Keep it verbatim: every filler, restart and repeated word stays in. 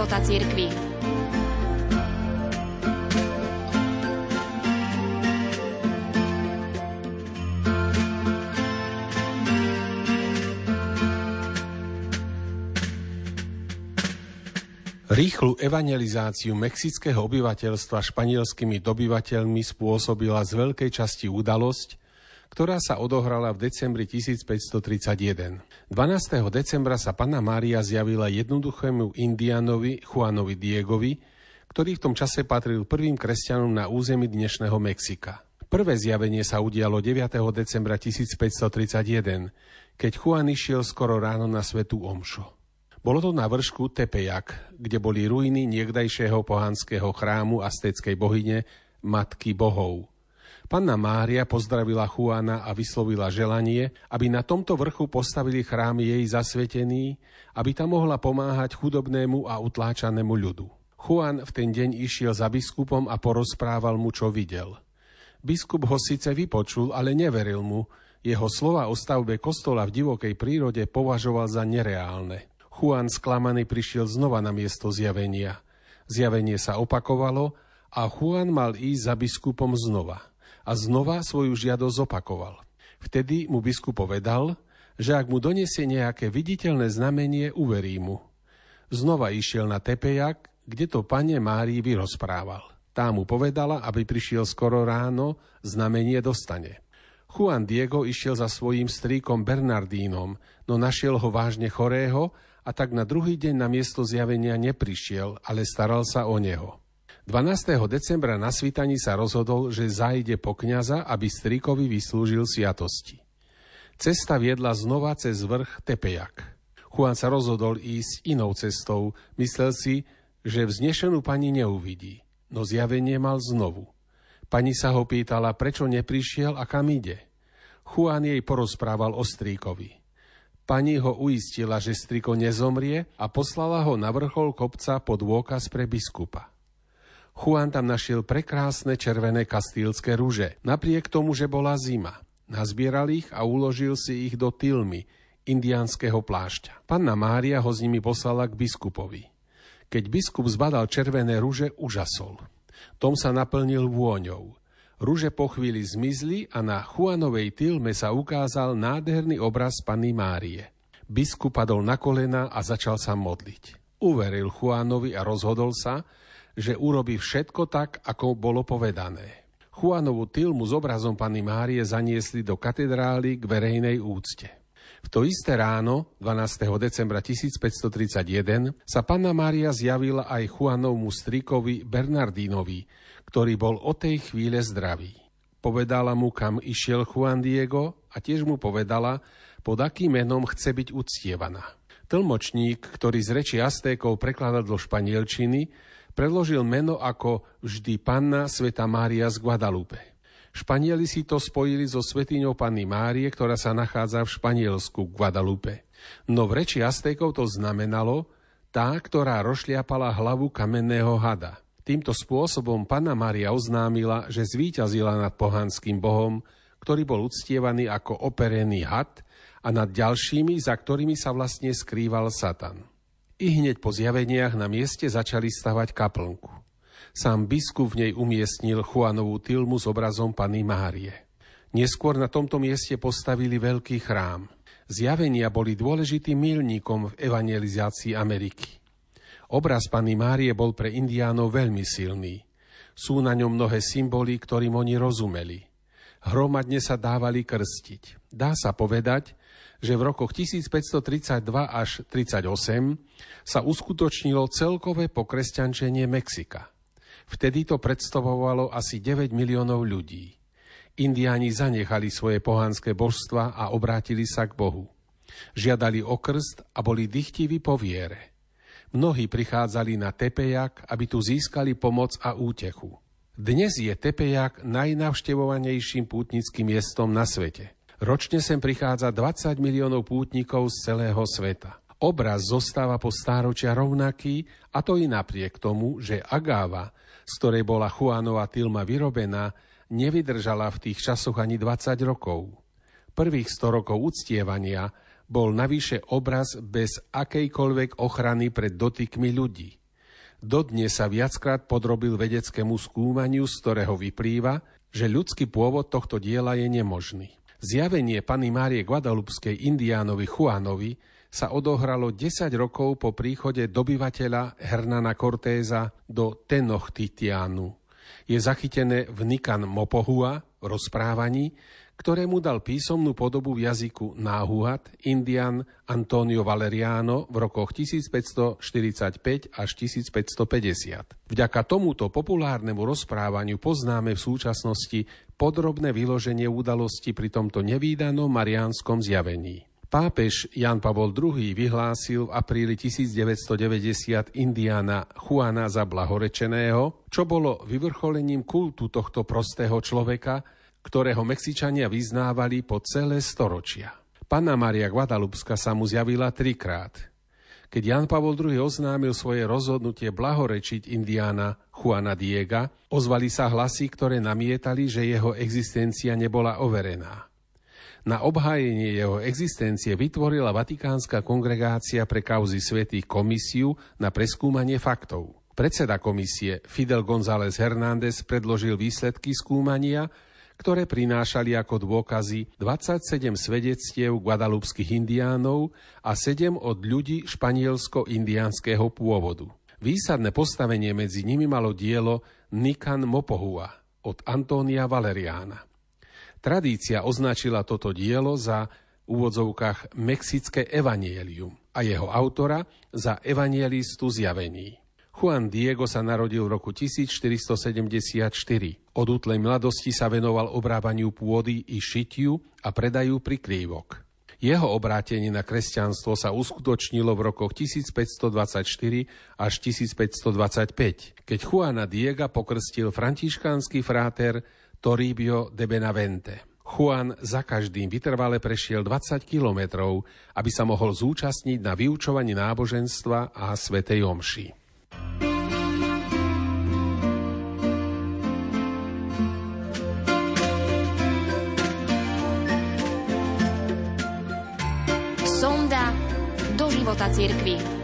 života cirkvi. Rýchlu evangelizáciu mexického obyvateľstva španielskými dobyvateľmi spôsobila z veľkej časti udalosť, ktorá sa odohrala v decembri tisícpäťstotridsaťjeden. dvanásteho decembra sa Panna Mária zjavila jednoduchému indiánovi Juanovi Diegovi, ktorý v tom čase patril prvým kresťanom na území dnešného Mexika. Prvé zjavenie sa udialo deviateho decembra tisícpäťstotridsaťjeden, keď Juan išiel skoro ráno na svätú omšu. Bolo to na vršku Tepeyac, kde boli ruiny niekdajšieho pohanského chrámu aztéckej bohyne Matky bohov. Panna Mária pozdravila Juana a vyslovila želanie, aby na tomto vrchu postavili chrám jej zasvetený, aby tam mohla pomáhať chudobnému a utláčanému ľudu. Juan v ten deň išiel za biskupom a porozprával mu, čo videl. Biskup ho síce vypočul, ale neveril mu. Jeho slova o stavbe kostola v divokej prírode považoval za nereálne. Juan sklamaný prišiel znova na miesto zjavenia. Zjavenie sa opakovalo a Juan mal ísť za biskupom znova. A znova svoju žiadosť opakoval. Vtedy mu biskup povedal, že ak mu donesie nejaké viditeľné znamenie, uverí mu. Znova išiel na Tepeyac, kde to Panne Márii vyrozprával. Tá mu povedala, aby prišiel skoro ráno, znamenie dostane. Juan Diego išiel za svojím strýkom Bernardínom, no našiel ho vážne chorého, a tak na druhý deň na miesto zjavenia neprišiel, ale staral sa o neho. dvanásteho decembra na svítaní sa rozhodol, že zájde po kňaza, aby strýkovi vyslúžil sviatosti. Cesta viedla znova cez vrch Tepeyac. Juan sa rozhodol ísť inou cestou, myslel si, že vznešenú pani neuvidí, no zjavenie mal znovu. Pani sa ho pýtala, prečo neprišiel a kam ide. Juan jej porozprával o strýkovi. Pani ho uistila, že strýko nezomrie a poslala ho na vrchol kopca pod dôkaz pre biskupa. Juan tam našiel prekrásne červené kastýlske ruže, napriek tomu, že bola zima. Nazbieral ich a uložil si ich do tilmy, indiánskeho plášťa. Panna Mária ho s nimi poslala k biskupovi. Keď biskup zbadal červené ruže, užasol. Dom sa naplnil vôňou. Ruže po chvíli zmizli a na Juanovej tilme sa ukázal nádherný obraz Panny Márie. Biskup padol na kolena a začal sa modliť. Uveril Juanovi a rozhodol sa, že urobí všetko tak, ako bolo povedané. Juanovú tilmu s obrazom Panny Márie zaniesli do katedrály k verejnej úcte. V to isté ráno, dvanásteho decembra tisícpäťstotridsaťjeden, sa Panna Mária zjavila aj Juanovmu strýkovi Bernardínovi, ktorý bol od tej chvíle zdravý. Povedala mu, kam išiel Juan Diego a tiež mu povedala, pod akým menom chce byť uctievaná. Tlmočník, ktorý z reči Aztékov prekladal do španielčiny, predložil meno ako vždy Panna Sveta Mária z Guadalupe. Španieli si to spojili so svätyňou Panny Márie, ktorá sa nachádza v Španielsku, Guadalupe. No v reči Aztékov to znamenalo tá, ktorá rozšliapala hlavu kamenného hada. Týmto spôsobom Panna Mária oznámila, že zvíťazila nad pohanským bohom, ktorý bol uctievaný ako operený had a nad ďalšími, za ktorými sa vlastne skrýval Satan. I hneď po zjaveniach na mieste začali stavať kaplnku. Sám biskup v nej umiestnil Juanovú tilmu s obrazom Panny Márie. Neskôr na tomto mieste postavili veľký chrám. Zjavenia boli dôležitým milníkom v evangelizácii Ameriky. Obraz Panny Márie bol pre indiánov veľmi silný. Sú na ňom mnohé symboly, ktorým oni rozumeli. Hromadne sa dávali krstiť. Dá sa povedať, že v rokoch tisícpäťstotridsaťdva až tridsaťosem sa uskutočnilo celkové pokresťančenie Mexika. Vtedy to predstavovalo asi deväť miliónov ľudí. Indiáni zanechali svoje pohanské božstva a obrátili sa k Bohu. Žiadali o krst a boli dychtiví po viere. Mnohí prichádzali na Tepeyac, aby tu získali pomoc a útechu. Dnes je Tepeyac najnavštevovanejším pútnickým miestom na svete. Ročne sem prichádza dvadsať miliónov pútnikov z celého sveta. Obraz zostáva po stáročia rovnaký, a to i napriek tomu, že agáva, z ktorej bola Juanova tilma vyrobená, nevydržala v tých časoch ani dvadsať rokov. Prvých sto rokov uctievania bol navyše obraz bez akejkoľvek ochrany pred dotykmi ľudí. Dodnes sa viackrát podrobil vedeckému skúmaniu, z ktorého vyplýva, že ľudský pôvod tohto diela je nemožný. Zjavenie Panny Márie Guadalupskej Indiánovi Juanovi sa odohralo desať rokov po príchode dobyvateľa Hernana Cortésa do Tenochtitianu. Je zachytené v Nican Mopohua v rozprávaní, ktorému dal písomnú podobu v jazyku náhuat Indian Antonio Valeriano v rokoch tisícpäťstoštyridsaťpäť až tisícpäťstopäťdesiat. Vďaka tomuto populárnemu rozprávaniu poznáme v súčasnosti podrobné vyloženie udalosti pri tomto nevídanom mariánskom zjavení. Pápež Ján Pavol druhý. Vyhlásil v apríli tisícdeväťstodeväťdesiat Indiána Juana za blahorečeného, čo bolo vyvrcholením kultu tohto prostého človeka, ktorého Mexičania vyznávali po celé storočia. Panna Mária Guadalupska sa mu zjavila trikrát. Keď Ján Pavol druhý. Oznámil svoje rozhodnutie blahorečiť Indiána Juana Diega, ozvali sa hlasy, ktoré namietali, že jeho existencia nebola overená. Na obhájenie jeho existencie vytvorila Vatikánska kongregácia pre kauzy svätých komisiu na preskúmanie faktov. Predseda komisie Fidel González Hernández predložil výsledky skúmania, ktoré prinášali ako dôkazy dvadsaťsedem svedectiev guadalupských indiánov a sedem od ľudí španielsko-indiánskeho pôvodu. Výsadné postavenie medzi nimi malo dielo Nican Mopohua od Antónia Valeriána. Tradícia označila toto dielo za v úvodzovkách mexické evanielium a jeho autora za evanielistu zjavení. Juan Diego sa narodil v roku tisícštyristosedemdesiatštyri. Od útlej mladosti sa venoval obrábaniu pôdy i šitiu a predaju prikrývok. Jeho obrátenie na kresťanstvo sa uskutočnilo v rokoch tisícpäťstodvadsaťštyri až tisícpäťstodvadsaťpäť, keď Juana Diega pokrstil františkánsky fráter Toribio de Benavente. Juan za každým vytrvale prešiel dvadsať kilometrov, aby sa mohol zúčastniť na vyučovaní náboženstva a svätej omši. Sonda do života cirkvi.